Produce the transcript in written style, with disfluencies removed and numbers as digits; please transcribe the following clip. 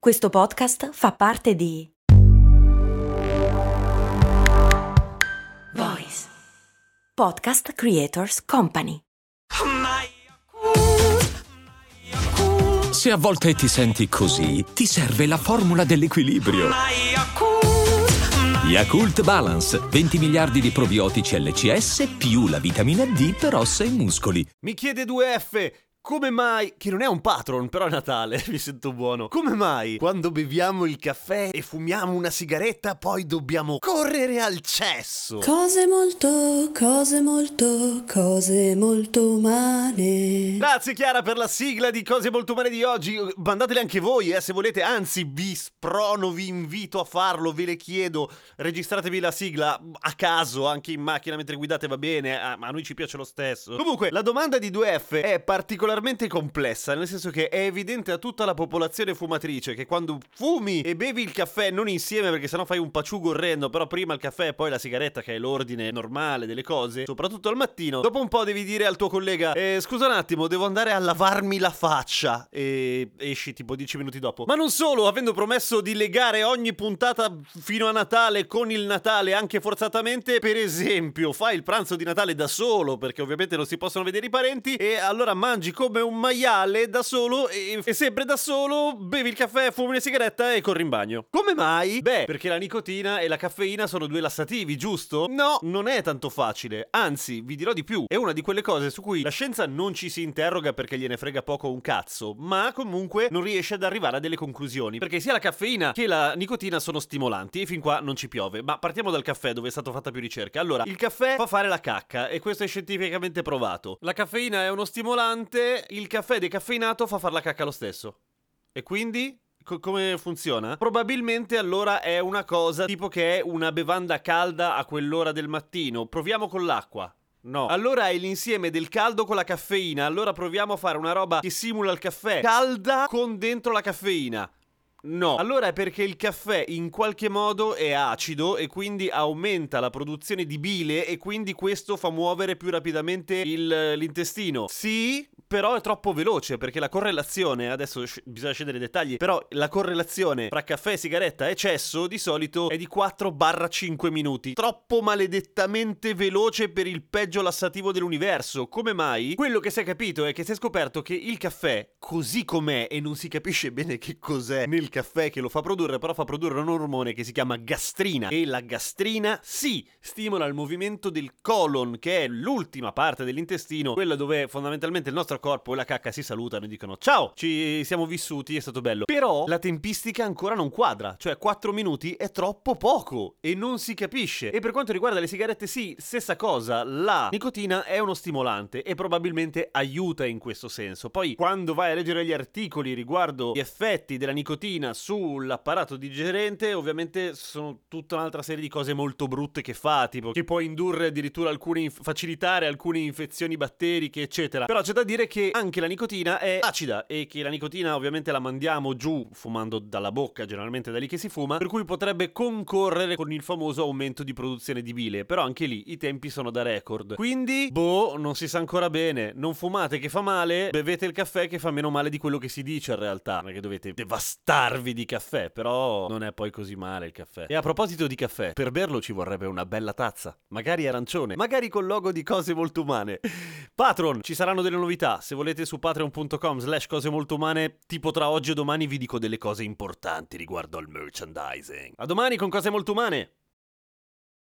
Questo podcast fa parte di Voice Podcast Creators Company. Se a volte ti senti così, ti serve la formula dell'equilibrio. Yakult Balance, 20 miliardi di probiotici LCS più la vitamina D per ossa e muscoli. Mi chiede 2F, come mai, che non è un patron, però è Natale, mi sento buono. Come mai quando beviamo il caffè e fumiamo una sigaretta poi dobbiamo correre al cesso? Cose molto umane. Grazie Chiara per la sigla di Cose Molto Umane di oggi. Mandatele anche voi, se volete, anzi vi sprono, vi invito a farlo, ve le chiedo. Registratevi la sigla a caso, anche in macchina mentre guidate va bene, ma a noi ci piace lo stesso. Comunque, la domanda di 2F è particolarmente complessa, nel senso che è evidente a tutta la popolazione fumatrice che quando fumi e bevi il caffè, non insieme perché sennò fai un paciugo orrendo, però prima il caffè e poi la sigaretta, che è l'ordine normale delle cose, soprattutto al mattino, dopo un po' devi dire al tuo collega scusa un attimo, devo andare a lavarmi la faccia, e esci tipo 10 minuti dopo. Ma non solo, avendo promesso di legare ogni puntata fino a Natale con il Natale anche forzatamente, per esempio fai il pranzo di Natale da solo perché ovviamente non si possono vedere i parenti, e allora mangi come un maiale da solo e sempre da solo, bevi il caffè, fumi una sigaretta e corri in bagno. Come mai? Beh, perché la nicotina e la caffeina sono due lassativi, giusto? No, non è tanto facile, anzi, vi dirò di più, è una di quelle cose su cui la scienza non ci si interroga perché gliene frega poco un cazzo, ma comunque non riesce ad arrivare a delle conclusioni, perché sia la caffeina che la nicotina sono stimolanti e fin qua non ci piove. Ma partiamo dal caffè, dove è stata fatta più ricerca. Allora, il caffè fa fare la cacca e questo è scientificamente provato. La caffeina è uno stimolante, il caffè decaffeinato fa far la cacca lo stesso. E quindi come funziona? Probabilmente allora è una cosa tipo che è una bevanda calda a quell'ora del mattino. Proviamo con l'acqua. No. Allora è l'insieme del caldo con la caffeina. Allora proviamo a fare una roba che simula il caffè calda con dentro la caffeina. No. Allora è perché il caffè in qualche modo è acido e quindi aumenta la produzione di bile e quindi questo fa muovere più rapidamente l'intestino. Sì, però è troppo veloce perché la correlazione, adesso bisogna scendere nei dettagli, però la correlazione fra caffè, sigaretta e cesso di solito è di 4-5 minuti. Troppo maledettamente veloce per il peggio lassativo dell'universo. Come mai? Quello che si è capito è che si è scoperto che il caffè, così com'è, e non si capisce bene che cos'è nel caffè che lo fa produrre, però fa produrre un ormone che si chiama gastrina, e la gastrina sì, stimola il movimento del colon, che è l'ultima parte dell'intestino, quella dove fondamentalmente il nostro corpo e la cacca si salutano e dicono ciao, ci siamo vissuti, è stato bello. Però la tempistica ancora non quadra, cioè 4 minuti è troppo poco e non si capisce. E per quanto riguarda le sigarette sì, stessa cosa, la nicotina è uno stimolante e probabilmente aiuta in questo senso. Poi quando vai a leggere gli articoli riguardo gli effetti della nicotina sull'apparato digerente, ovviamente sono tutta un'altra serie di cose molto brutte che fa, tipo che può indurre addirittura facilitare alcune infezioni batteriche, eccetera. Però c'è da dire che anche la nicotina è acida e che la nicotina ovviamente la mandiamo giù fumando dalla bocca, generalmente da lì che si fuma, per cui potrebbe concorrere con il famoso aumento di produzione di bile, però anche lì i tempi sono da record. Quindi, non si sa ancora bene, non fumate che fa male, bevete il caffè che fa meno male di quello che si dice in realtà, non è che dovete devastarvi di caffè, però non è poi così male il caffè. E a proposito di caffè, per berlo ci vorrebbe una bella tazza, magari arancione, magari col logo di Cose Molto Umane. Patron, ci saranno delle novità, se volete su patreon.com/cose molto umane, tipo tra oggi e domani vi dico delle cose importanti riguardo al merchandising. A domani con Cose Molto Umane!